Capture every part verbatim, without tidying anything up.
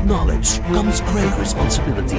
knowledge comes great responsibility.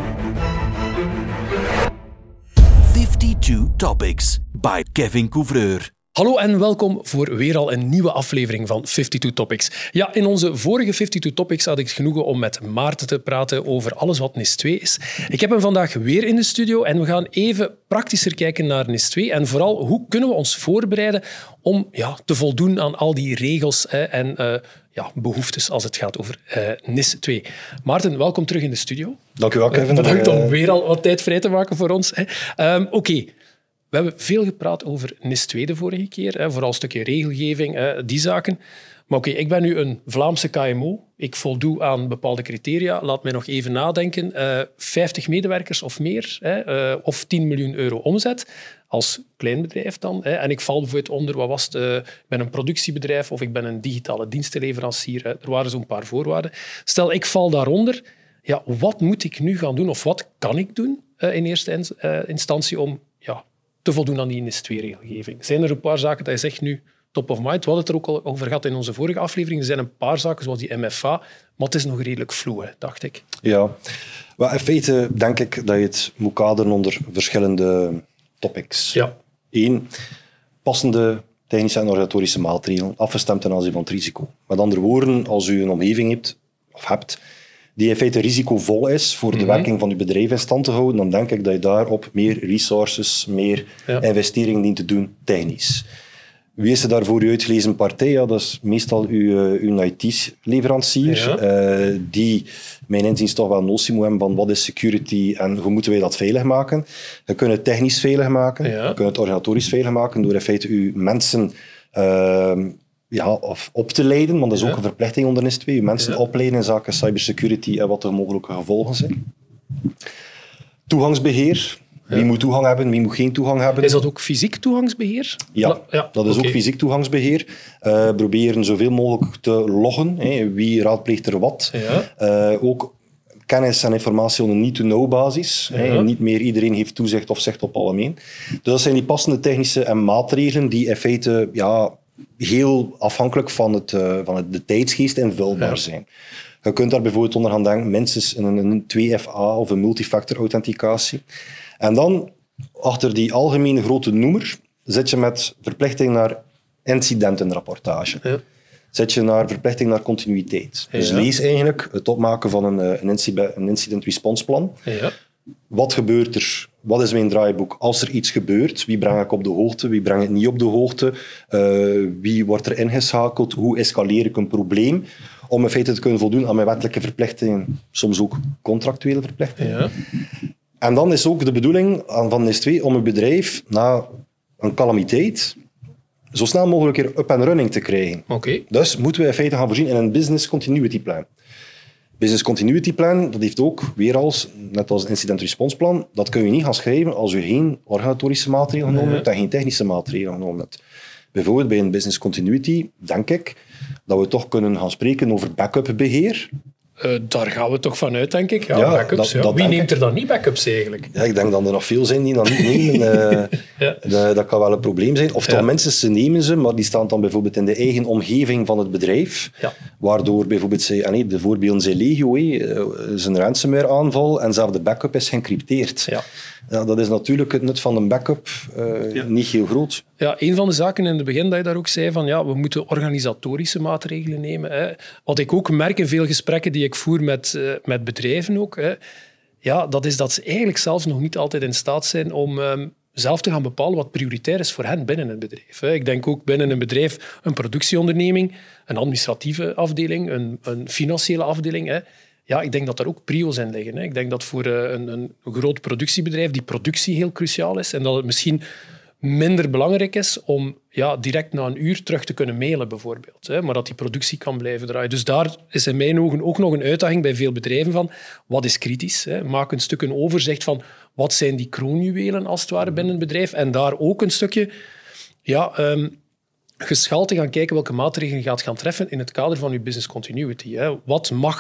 fifty-two Topics by Kevin Couvreur. Hallo en welkom voor weer al een nieuwe aflevering van fifty-two Topics. Ja, in onze vorige fifty-two Topics had ik het genoegen om met Maarten te praten over alles wat N I S twee is. Ik heb hem vandaag weer in de studio en we gaan even praktischer kijken naar N I S twee en vooral hoe kunnen we ons voorbereiden om ja, te voldoen aan al die regels hè, en uh, ja, behoeftes als het gaat over uh, N I S twee. Maarten, welkom terug in de studio. Dank u wel, Kevin. Uh, bedankt om weer al wat tijd vrij te maken voor ons. Hè. Um, Oké. Okay. We hebben veel gepraat over N I S twee de vorige keer, hè, vooral een stukje regelgeving, hè, die zaken. Maar oké, okay, ik ben nu een Vlaamse K M O. Ik voldoe aan bepaalde criteria. Laat mij nog even nadenken. Uh, vijftig medewerkers of meer, hè, uh, of tien miljoen euro omzet. Als klein bedrijf dan. Hè. En ik val bijvoorbeeld onder, wat was het, uh, ik ben een productiebedrijf of ik ben een digitale dienstenleverancier. Hè. Er waren zo'n paar voorwaarden. Stel, ik val daaronder. Ja, wat moet ik nu gaan doen of wat kan ik doen uh, in eerste in, uh, instantie om ja, te voldoen aan die N I S twee regelgeving? Zijn er een paar zaken dat je zegt nu top of mind? We hadden het er ook al over gehad in onze vorige aflevering. Er zijn een paar zaken, zoals die M F A, maar het is nog redelijk vloe, hè, dacht ik. Ja, maar in feite denk ik dat je het moet kaderen onder verschillende topics. Ja. Eén, passende technische en organisatorische maatregelen, afgestemd ten aanzien van het risico. Met andere woorden, als u een omgeving hebt, of hebt die in feite risicovol is voor de mm-hmm. werking van uw bedrijf in stand te houden, dan denk ik dat je daarop meer resources, meer ja. investeringen dient te doen, technisch. Wie is er daar voor u uitgelezen partij? Ja, dat is meestal uw, uw I T-leverancier, ja. uh, die mijn inziens toch wel een notie moet hebben van wat is security en hoe moeten wij dat veilig maken. Je kunt het technisch veilig maken, ja. je kunt het organisatorisch veilig maken door in feite uw mensen uh, ja, of op te leiden, want dat is ook ja. een verplichting onder N I S twee. Uw mensen ja. opleiden in zaken cybersecurity en wat de mogelijke gevolgen zijn. Toegangsbeheer. Ja. Wie moet toegang hebben, wie moet geen toegang hebben. Is dat ook fysiek toegangsbeheer? Ja, ja dat is okay. ook fysiek toegangsbeheer. Uh, proberen zoveel mogelijk te loggen. Hè. Wie raadpleegt er wat. Ja. Uh, ook kennis en informatie op een need-to-know-basis. Ja. Niet meer iedereen heeft toezicht of zicht op algemeen. Dus dat zijn die passende technische en maatregelen die in feite ja, heel afhankelijk van, het, uh, van het, de tijdsgeest invulbaar ja. zijn. Je kunt daar bijvoorbeeld onder gaan denken, minstens een, een twee F A of een multifactor authenticatie. En dan, achter die algemene grote noemer, zit je met verplichting naar incidentenrapportage. Ja. Zit je naar verplichting naar continuïteit. Ja. Dus lees eigenlijk het opmaken van een, een, incident, een incident response plan. Ja. Wat gebeurt er? Wat is mijn draaiboek? Als er iets gebeurt, wie breng ik op de hoogte? Wie breng ik niet op de hoogte? Uh, wie wordt er ingeschakeld? Hoe escaleer ik een probleem? Om in feite te kunnen voldoen aan mijn wettelijke verplichtingen, soms ook contractuele verplichtingen. Ja. En dan is ook de bedoeling van N I S twee om een bedrijf na een calamiteit zo snel mogelijk weer up and running te krijgen. Okay. Dus moeten we in feite gaan voorzien in een business continuity plan. Business continuity plan, dat heeft ook weer als, net als een incident response plan, dat kun je niet gaan schrijven als je geen organisatorische maatregelen genomen hebt en geen technische maatregelen genomen hebt. Bijvoorbeeld bij een business continuity, denk ik, dat we toch kunnen gaan spreken over backup beheer. Uh, daar gaan we toch van uit, denk ik. Ja, ja, backups, dat, ja. Dat Wie neemt er dan niet backups eigenlijk? Ja, ik denk dat er nog veel zijn die dat niet nemen. Uh, ja. de, dat kan wel een probleem zijn. Of toch ja. mensen, ze nemen ze, maar die staan dan bijvoorbeeld in de eigen omgeving van het bedrijf. Ja. Waardoor bijvoorbeeld, ze, ah nee, de voorbeelden zijn legio, uh, is een ransomware aanval en zelfs de backup is geëncrypteerd. Ja. Ja, dat is natuurlijk het nut van een backup uh, ja. niet heel groot. Ja, een van de zaken in het begin dat je daar ook zei, van ja, we moeten organisatorische maatregelen nemen. Hè. Wat ik ook merk in veel gesprekken die ik voer met, uh, met bedrijven ook, hè, ja, dat is dat ze eigenlijk zelfs nog niet altijd in staat zijn om um, zelf te gaan bepalen wat prioritair is voor hen binnen het bedrijf. Hè. Ik denk ook binnen een bedrijf, een productieonderneming, een administratieve afdeling, een, een financiële afdeling. Hè. Ja, ik denk dat daar ook prio's in liggen. Hè. Ik denk dat voor een, een groot productiebedrijf die productie heel cruciaal is en dat het misschien minder belangrijk is om ja, direct na een uur terug te kunnen mailen, bijvoorbeeld. Hè, maar dat die productie kan blijven draaien. Dus daar is in mijn ogen ook nog een uitdaging bij veel bedrijven van wat is kritisch. Hè. Maak een stuk een overzicht van wat zijn die kroonjuwelen als het ware binnen het bedrijf en daar ook een stukje ja, um, geschaald te gaan kijken welke maatregelen je gaat gaan treffen in het kader van je business continuity. Hè. Wat mag er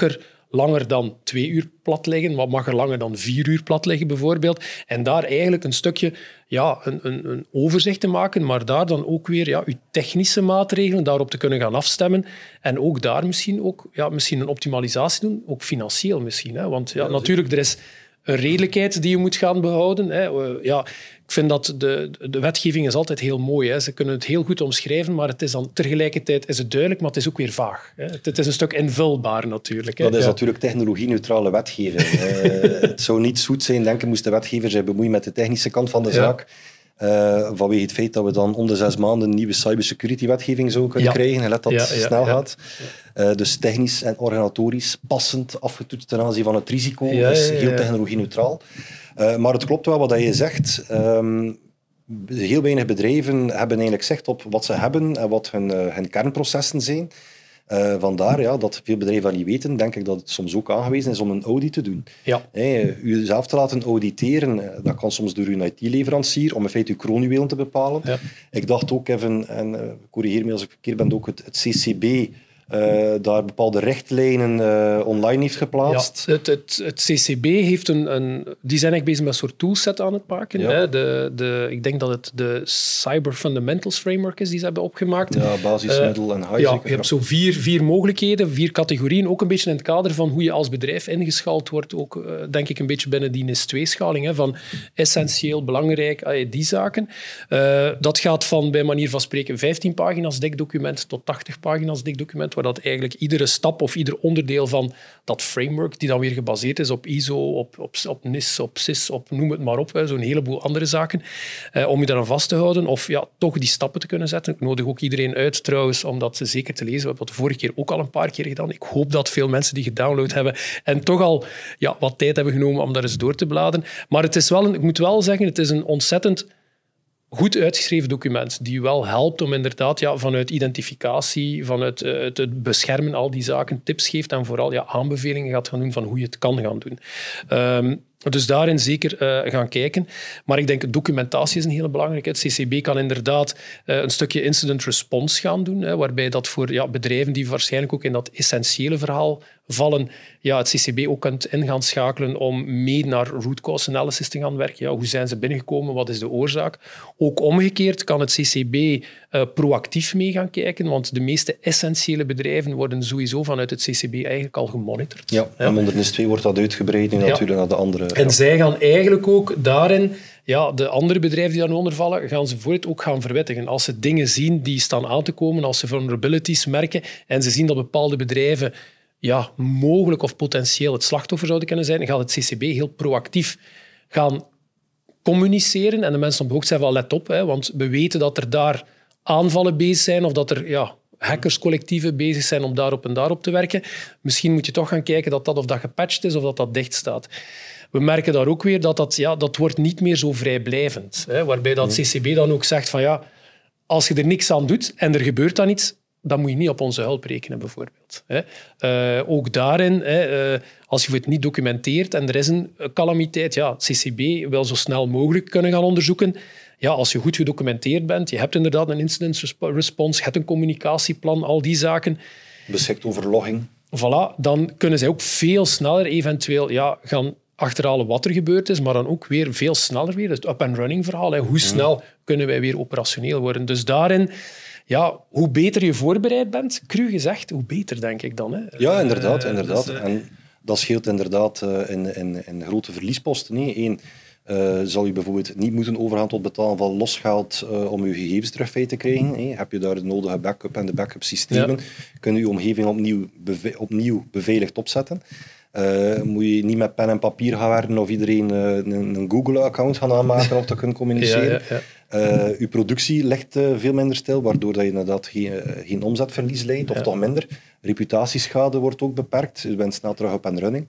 langer dan twee uur plat liggen? Wat mag er langer dan vier uur plat liggen, bijvoorbeeld? En daar eigenlijk een stukje ja, een, een, een overzicht te maken, maar daar dan ook weer ja, uw technische maatregelen daarop te kunnen gaan afstemmen. En ook daar misschien, ook, ja, misschien een optimalisatie doen, ook financieel misschien. Hè? Want ja, ja, natuurlijk, er is een redelijkheid die je moet gaan behouden. Hè? Ja, ik vind dat de, de wetgeving is altijd heel mooi. Hè? Ze kunnen het heel goed omschrijven, maar het is dan, tegelijkertijd is het duidelijk, maar het is ook weer vaag. Hè? Het, het is een stuk invulbaar natuurlijk. Hè? Dat is ja. natuurlijk technologie-neutrale wetgeving. uh, het zou niet goed zijn, denk ik, moest de wetgever zich bemoeien met de technische kant van de zaak. Ja. Uh, vanwege het feit dat we dan om de zes maanden een nieuwe cybersecurity-wetgeving zouden kunnen ja. krijgen. En let dat ja, ja, snel ja. gaat. Uh, dus technisch en organisatorisch passend afgetoetst ten aanzien van het risico. Ja, dus ja, ja, ja. heel technologie-neutraal. Uh, maar het klopt wel wat je zegt. Um, heel weinig bedrijven hebben eigenlijk zicht op wat ze hebben en wat hun, uh, hun kernprocessen zijn. Uh, vandaar ja, dat veel bedrijven dat niet weten, denk ik dat het soms ook aangewezen is om een audit te doen. Ja. Hey, u zelf te laten auditeren, dat kan soms door uw I T-leverancier, om in feite uw kroonjuwelen te bepalen. Ja. Ik dacht ook even, en uh, corrigeer me als ik verkeerd ben, ook het, het C C B Uh, daar bepaalde richtlijnen uh, online heeft geplaatst. Ja, het, het, het C C B heeft een, een... Die zijn eigenlijk bezig met een soort toolset aan het maken. Ja. Hè? De, de, ik denk dat het de Cyber Fundamentals Framework is die ze hebben opgemaakt. Ja, basis, uh, middel en high. Ja, je hebt zo vier, vier mogelijkheden, vier categorieën. Ook een beetje in het kader van hoe je als bedrijf ingeschaald wordt. Ook, uh, denk ik, een beetje binnen die N I S twee schaling. Hè? Van essentieel, belangrijk, uh, die zaken. Uh, dat gaat van, bij manier van spreken, vijftien pagina's dik document tot tachtig pagina's dik document, waar dat eigenlijk iedere stap of ieder onderdeel van dat framework, die dan weer gebaseerd is op I S O, op, op, op N I S, op S I S, op noem het maar op, zo'n heleboel andere zaken, eh, om je daaraan vast te houden of ja, toch die stappen te kunnen zetten. Ik nodig ook iedereen uit trouwens om dat zeker te lezen. We hebben dat de vorige keer ook al een paar keer gedaan. Ik hoop dat veel mensen die gedownload hebben en toch al ja, wat tijd hebben genomen om daar eens door te bladeren. Maar het is wel een, ik moet wel zeggen, het is een ontzettend goed uitgeschreven document die wel helpt om inderdaad ja, vanuit identificatie, vanuit uh, het beschermen, al die zaken tips geeft en vooral ja, aanbevelingen gaat gaan doen van hoe je het kan gaan doen. Um, dus daarin zeker uh, gaan kijken. Maar ik denk documentatie is een hele belangrijke. Het C C B kan inderdaad uh, een stukje incident response gaan doen, hè, waarbij dat voor ja, bedrijven die waarschijnlijk ook in dat essentiële verhaal vallen, ja, het C C B ook kunt in gaan schakelen om mee naar root cause analysis te gaan werken. Ja, hoe zijn ze binnengekomen? Wat is de oorzaak? Ook omgekeerd kan het C C B uh, proactief mee gaan kijken, want de meeste essentiële bedrijven worden sowieso vanuit het C C B eigenlijk al gemonitord. Ja, en onder N I S twee wordt dat uitgebreid nu natuurlijk ja. naar de andere. En ja. zij gaan eigenlijk ook daarin, ja, de andere bedrijven die daaronder vallen, gaan ze voor het ook gaan verwittigen. Als ze dingen zien die staan aan te komen, als ze vulnerabilities merken en ze zien dat bepaalde bedrijven ja, mogelijk of potentieel het slachtoffer zouden kunnen zijn, dan gaat het C C B heel proactief gaan communiceren en de mensen op de hoogte zijn van let op, hè, want we weten dat er daar aanvallen bezig zijn of dat er ja, hackerscollectieven bezig zijn om daarop en daarop te werken. Misschien moet je toch gaan kijken dat dat of dat gepatcht is of dat dat dicht staat. We merken daar ook weer dat dat, ja, dat wordt niet meer zo vrijblijvend. Hè, waarbij dat C C B dan ook zegt van ja, als je er niks aan doet en er gebeurt dan iets, dan moet je niet op onze hulp rekenen, bijvoorbeeld. Hè. Uh, ook daarin, hè, uh, als je het niet documenteert en er is een calamiteit, ja, het C C B wil zo snel mogelijk kunnen gaan onderzoeken. Ja, als je goed gedocumenteerd bent, je hebt inderdaad een incident response, je hebt een communicatieplan, al die zaken. Beschikt over logging. Voilà, dan kunnen zij ook veel sneller eventueel ja, gaan achterhalen wat er gebeurd is, maar dan ook weer veel sneller weer. Het up-and-running verhaal. Hè. Hoe snel mm. kunnen wij weer operationeel worden? Dus daarin, ja, hoe beter je voorbereid bent, cru gezegd, hoe beter, denk ik dan. Hè. Ja, inderdaad. Uh, inderdaad. Dus, uh, en dat scheelt inderdaad uh, in, in, in grote verliesposten. Nee. Eén, uh, zal je bijvoorbeeld niet moeten overgaan tot betalen van losgeld uh, om je gegevens terug te krijgen. Hey. Heb je daar de nodige backup en de backup systemen? Ja. Kun je je omgeving opnieuw, beve- opnieuw beveiligd opzetten? Uh, moet je niet met pen en papier gaan werken of iedereen uh, een, een Google-account gaan aanmaken om te kunnen communiceren. Ja, ja, ja. Uh, je productie ligt uh, veel minder stil, waardoor dat je inderdaad geen, uh, geen omzetverlies leidt, of ja. toch minder. Reputatieschade wordt ook beperkt, je bent snel terug op en running.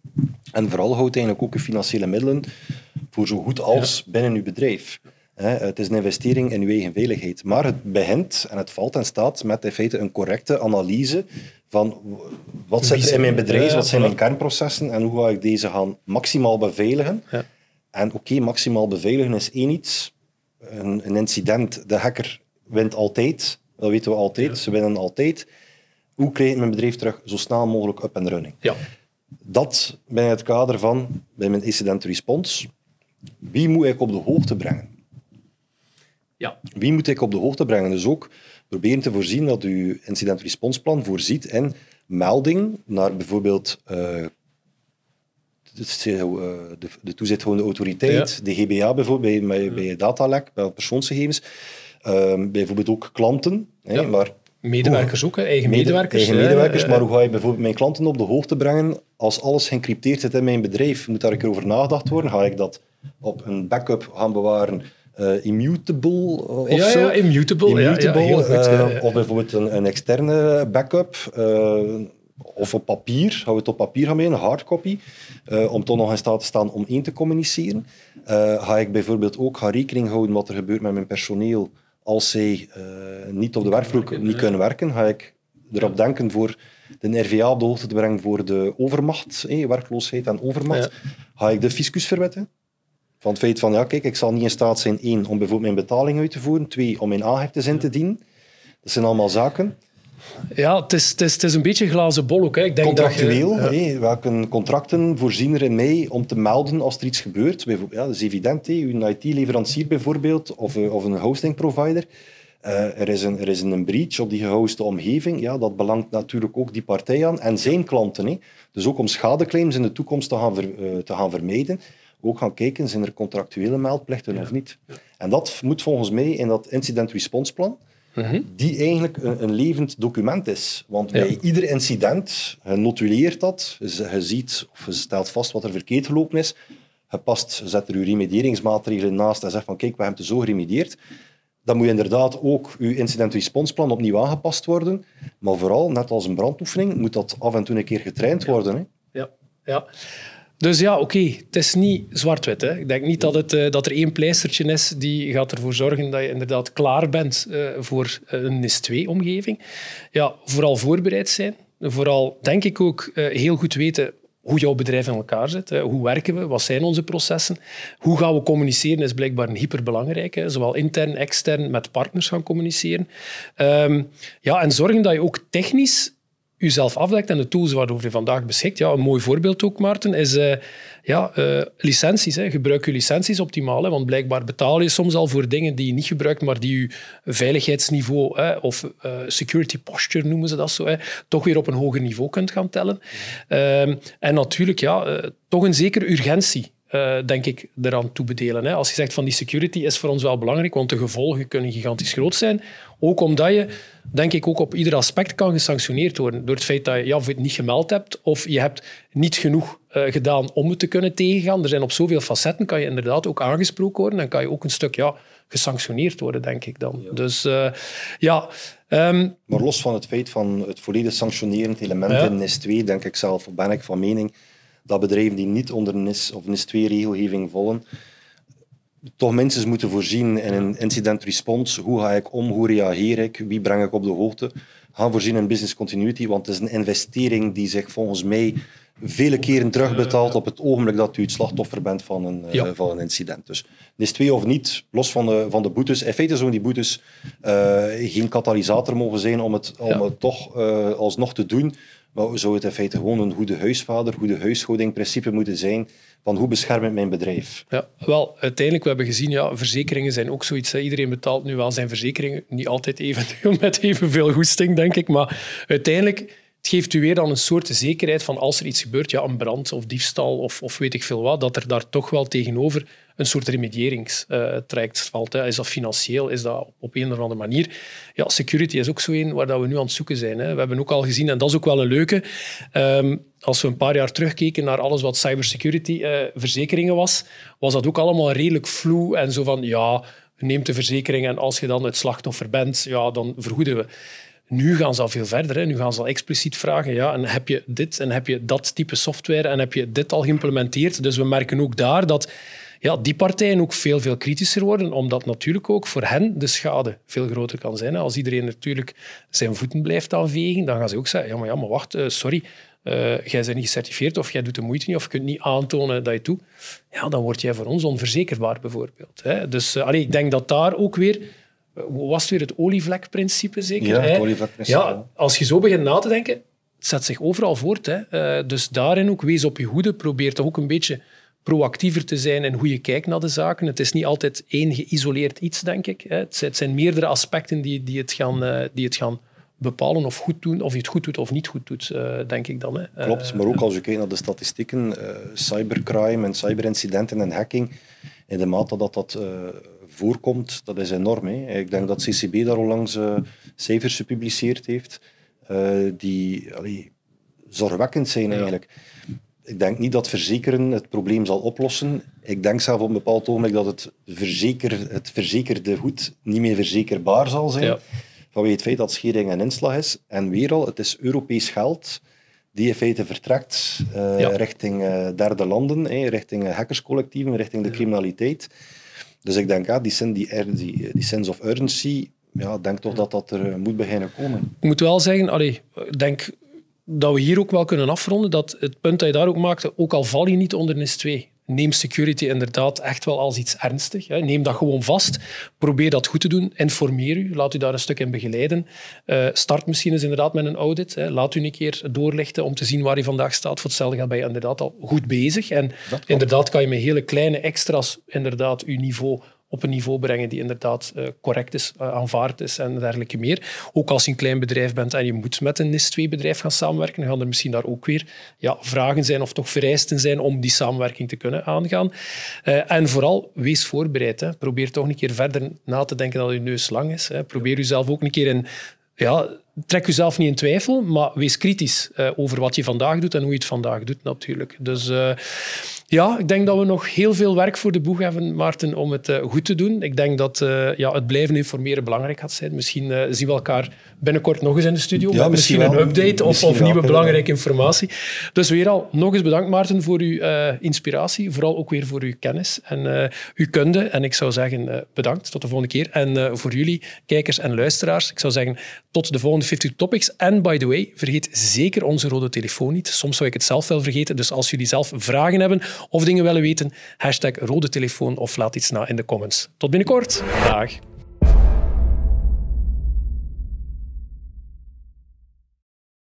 En vooral houdt eigenlijk ook je financiële middelen voor zo goed als ja. binnen je bedrijf. He, het is een investering in je eigen veiligheid. Maar het begint en het valt en staat met in feite een correcte analyse van wat zit er in mijn bedrijf, wat zijn mijn kernprocessen en hoe ga ik deze gaan maximaal beveiligen. Ja. En oké, okay, maximaal beveiligen is één iets. Een, een incident, de hacker wint altijd. Dat weten we altijd, ja. ze winnen altijd. Hoe krijg ik mijn bedrijf terug zo snel mogelijk up en running? Ja. Dat bij het kader van, bij mijn incident response, wie moet ik op de hoogte brengen? Ja. Wie moet ik op de hoogte brengen? Dus ook proberen te voorzien dat uw incident response plan voorziet in melding naar bijvoorbeeld uh, de, de toezichthoudende autoriteit, ja. de G B A bijvoorbeeld, bij, bij, bij datalek, bij persoonsgegevens. Uh, bijvoorbeeld ook klanten. Ja. Hè, maar medewerkers ook, hè? eigen mede, medewerkers. Eigen medewerkers, ja. Maar hoe ga je bijvoorbeeld mijn klanten op de hoogte brengen als alles geëncrypteerd zit in mijn bedrijf? Moet daar een keer over nagedacht worden? Ga ik dat op een backup gaan bewaren? Uh, immutable of ja, zo? Ja, immutable. immutable ja, ja, heel goed. Uh, ja. Of bijvoorbeeld een, een externe backup. Uh, of op papier. Gaan we het op papier gaan mee, een hardcopy. Uh, om toch nog in staat te staan om één te communiceren. Uh, ga ik bijvoorbeeld ook gaan rekening houden wat er gebeurt met mijn personeel als zij uh, niet op de werkvloer niet kunnen werken. Ga ik erop denken voor de R V A op de hoogte te brengen voor de overmacht, eh, werkloosheid en overmacht. Ja. Ga ik de fiscus verwetten? Van het feit van, ja, kijk, ik zal niet in staat zijn, één, om bijvoorbeeld mijn betaling uit te voeren, twee, om mijn aangiftes in te dienen. Dat zijn allemaal zaken. Ja, het is, het is, het is een beetje een glazen bol ook. Hè. Ik denk Contractueel, dat je, ja. hé, welke contracten voorzien er in mij om te melden als er iets gebeurt? Bijvoorbeeld, ja, dat is evident, hé, een I T-leverancier bijvoorbeeld, of, of een hosting provider. Uh, er is, een, er is een breach op die gehoste omgeving. Ja, dat belangt natuurlijk ook die partij aan en zijn klanten. Hé. Dus ook om schadeclaims in de toekomst te gaan, ver, uh, te gaan vermijden. Ook gaan kijken, zijn er contractuele meldplichten ja. of niet. Ja. En dat moet volgens mij in dat incident response plan, mm-hmm. die eigenlijk een, een levend document is. Want bij ja. ieder incident, je notuleert dat, je ziet of je stelt vast wat er verkeerd gelopen is, je past, je zet er je remedieringsmaatregelen naast en zegt van kijk, we hebben het zo geremedieerd. Dan moet je inderdaad ook je incident response plan opnieuw aangepast worden. Maar vooral, net als een brandoefening, moet dat af en toe een keer getraind ja. worden. Hè? Ja, ja. Dus ja, oké, okay. Het is niet zwart-wit. Hè. Ik denk niet dat, het, uh, dat er één pleistertje is die gaat ervoor zorgen dat je inderdaad klaar bent uh, voor een N I S twee omgeving. Ja, vooral voorbereid zijn. Vooral, denk ik ook, uh, heel goed weten hoe jouw bedrijf in elkaar zit. Hè. Hoe werken we? Wat zijn onze processen? Hoe gaan we communiceren is blijkbaar een hyperbelangrijk. Hè. Zowel intern, extern, met partners gaan communiceren. Um, ja, en zorgen dat je ook technisch jezelf afdekt en de tools waarover je vandaag beschikt. Ja, een mooi voorbeeld ook, Maarten, is uh, ja, uh, licenties. Hè. Gebruik je licenties optimaal, hè, want blijkbaar betaal je soms al voor dingen die je niet gebruikt, maar die je veiligheidsniveau hè, of uh, security posture noemen ze dat zo, hè, toch weer op een hoger niveau kunt gaan tellen. Ja. Uh, en natuurlijk, ja, uh, toch een zekere urgentie. Uh, denk ik, eraan toebedelen. Hè. Als je zegt van die security is voor ons wel belangrijk, want de gevolgen kunnen gigantisch groot zijn. Ook omdat je, denk ik, ook op ieder aspect kan gesanctioneerd worden. Door het feit dat je ja, of je het niet gemeld hebt, of je hebt niet genoeg uh, gedaan om het te kunnen tegengaan. Er zijn op zoveel facetten, kan je inderdaad ook aangesproken worden en kan je ook een stuk ja, gesanctioneerd worden, denk ik dan. Ja. Dus uh, ja... Um, maar los van het feit van het volledig sanctionerend element ja. in N I S twee, denk ik zelf, ben ik van mening dat bedrijven die niet onder N I S of N I S twee regelgeving vallen, toch minstens moeten voorzien in een incident response. Hoe ga ik om? Hoe reageer ik? Wie breng ik op de hoogte? Gaan voorzien in business continuity, want het is een investering die zich volgens mij vele keren terugbetaalt op het ogenblik dat u het slachtoffer bent van een, ja. uh, van een incident. Dus N I S twee of niet, los van de, van de boetes. In feite zouden die boetes uh, geen katalysator mogen zijn om het, om ja. het toch uh, alsnog te doen. Maar zou het in feite gewoon een goede huisvader, goede huishoudingprincipe moeten zijn van hoe bescherm ik mijn bedrijf? Ja, wel, uiteindelijk, we hebben gezien, ja, verzekeringen zijn ook zoiets. Hè. Iedereen betaalt nu wel zijn verzekeringen. Niet altijd even, met evenveel goesting, denk ik. Maar uiteindelijk, het geeft u weer dan een soort zekerheid van als er iets gebeurt, ja, een brand of diefstal of, of weet ik veel wat, dat er daar toch wel tegenover een soort remedieringstraject uh, valt. Hè. Is dat financieel? Is dat op een of andere manier? Ja, security is ook zo een waar we nu aan het zoeken zijn. Hè. We hebben ook al gezien, en dat is ook wel een leuke, um, als we een paar jaar terugkeken naar alles wat cybersecurity uh, verzekeringen was, was dat ook allemaal redelijk vloe en zo van, ja, neemt de verzekering en als je dan het slachtoffer bent, ja, dan vergoeden we. Nu gaan ze al veel verder. Hè. Nu gaan ze al expliciet vragen, ja, en heb je dit en heb je dat type software en heb je dit al geïmplementeerd? Dus we merken ook daar dat ja, die partijen ook veel, veel kritischer worden, omdat natuurlijk ook voor hen de schade veel groter kan zijn. Als iedereen natuurlijk zijn voeten blijft aanvegen, dan gaan ze ook zeggen, ja, maar, ja, maar wacht, uh, sorry, uh, jij bent niet gecertificeerd of jij doet de moeite niet of je kunt niet aantonen dat je het doet. Ja, dan word jij voor ons onverzekerbaar bijvoorbeeld. Hè. Dus uh, allee, ik denk dat daar ook weer... Was het weer het olievlekprincipe, zeker? Ja, het olievlekprincipe. Ja, als je zo begint na te denken, het zet zich overal voort. Hè. Uh, dus daarin ook, wees op je hoede. Probeer toch ook een beetje proactiever te zijn in hoe je kijkt naar de zaken. Het is niet altijd één geïsoleerd iets, denk ik. Hè. Het zijn meerdere aspecten die, die, het gaan, uh, die het gaan bepalen of goed doen, of je het goed doet of niet goed doet, uh, denk ik dan. Hè. Klopt, maar ook als je kijkt naar de statistieken, uh, cybercrime en cyberincidenten en hacking, in de mate dat dat uh, voorkomt, dat is enorm. Hè. Ik denk dat C C B daar onlangs uh, cijfers gepubliceerd heeft uh, die allee, zorgwekkend zijn eigenlijk. Ja. Ik denk niet dat verzekeren het probleem zal oplossen. Ik denk zelf op een bepaald ogenblik dat het, verzeker, het verzekerde goed niet meer verzekerbaar zal zijn. Ja. Vanwege het feit dat schering en inslag is. En weer al, het is Europees geld die in feite vertrekt uh, ja. richting uh, derde landen, eh, richting uh, hackerscollectieven, richting de ja. criminaliteit. Dus ik denk, ja, die, sin, die, die, die sense of urgency, ja, denk toch dat dat er uh, moet beginnen komen. Ik moet wel zeggen, allee, ik denk dat we hier ook wel kunnen afronden, dat het punt dat je daar ook maakte, ook al val je niet onder N I S twee, neem security inderdaad echt wel als iets ernstigs. Hè. Neem dat gewoon vast. Probeer dat goed te doen. Informeer u. Laat u daar een stuk in begeleiden. Uh, start misschien eens inderdaad met een audit. Hè. Laat u een keer doorlichten om te zien waar je vandaag staat. Voor hetzelfde gaat ben je inderdaad al goed bezig. En inderdaad kan je met hele kleine extra's inderdaad uw niveau op een niveau brengen die inderdaad uh, correct is, uh, aanvaard is en dergelijke meer. Ook als je een klein bedrijf bent en je moet met een N I S twee bedrijf gaan samenwerken, dan gaan er misschien daar ook weer ja, vragen zijn of toch vereisten zijn om die samenwerking te kunnen aangaan. Uh, en vooral, wees voorbereid. Hè. Probeer toch een keer verder na te denken dat je neus lang is. Hè. Probeer jezelf ook een keer in... Ja, trek jezelf niet in twijfel, maar wees kritisch uh, over wat je vandaag doet en hoe je het vandaag doet natuurlijk. Dus uh, ja, ik denk dat we nog heel veel werk voor de boeg hebben, Maarten, om het uh, goed te doen. Ik denk dat uh, ja, het blijven informeren belangrijk gaat zijn. Misschien uh, zien we elkaar binnenkort nog eens in de studio. Ja, met misschien, misschien een update of, of nieuwe belangrijke informatie. Dus weer al nog eens bedankt, Maarten, voor uw uh, inspiratie. Vooral ook weer voor uw kennis en uh, uw kunde. En ik zou zeggen, uh, bedankt. Tot de volgende keer. En uh, voor jullie, kijkers en luisteraars, ik zou zeggen, tot de volgende vijftig Topics. En by the way, vergeet zeker onze rode telefoon niet. Soms zou ik het zelf wel vergeten. Dus als jullie zelf vragen hebben of dingen willen weten, hashtag rode telefoon of laat iets na in de comments. Tot binnenkort. Dag.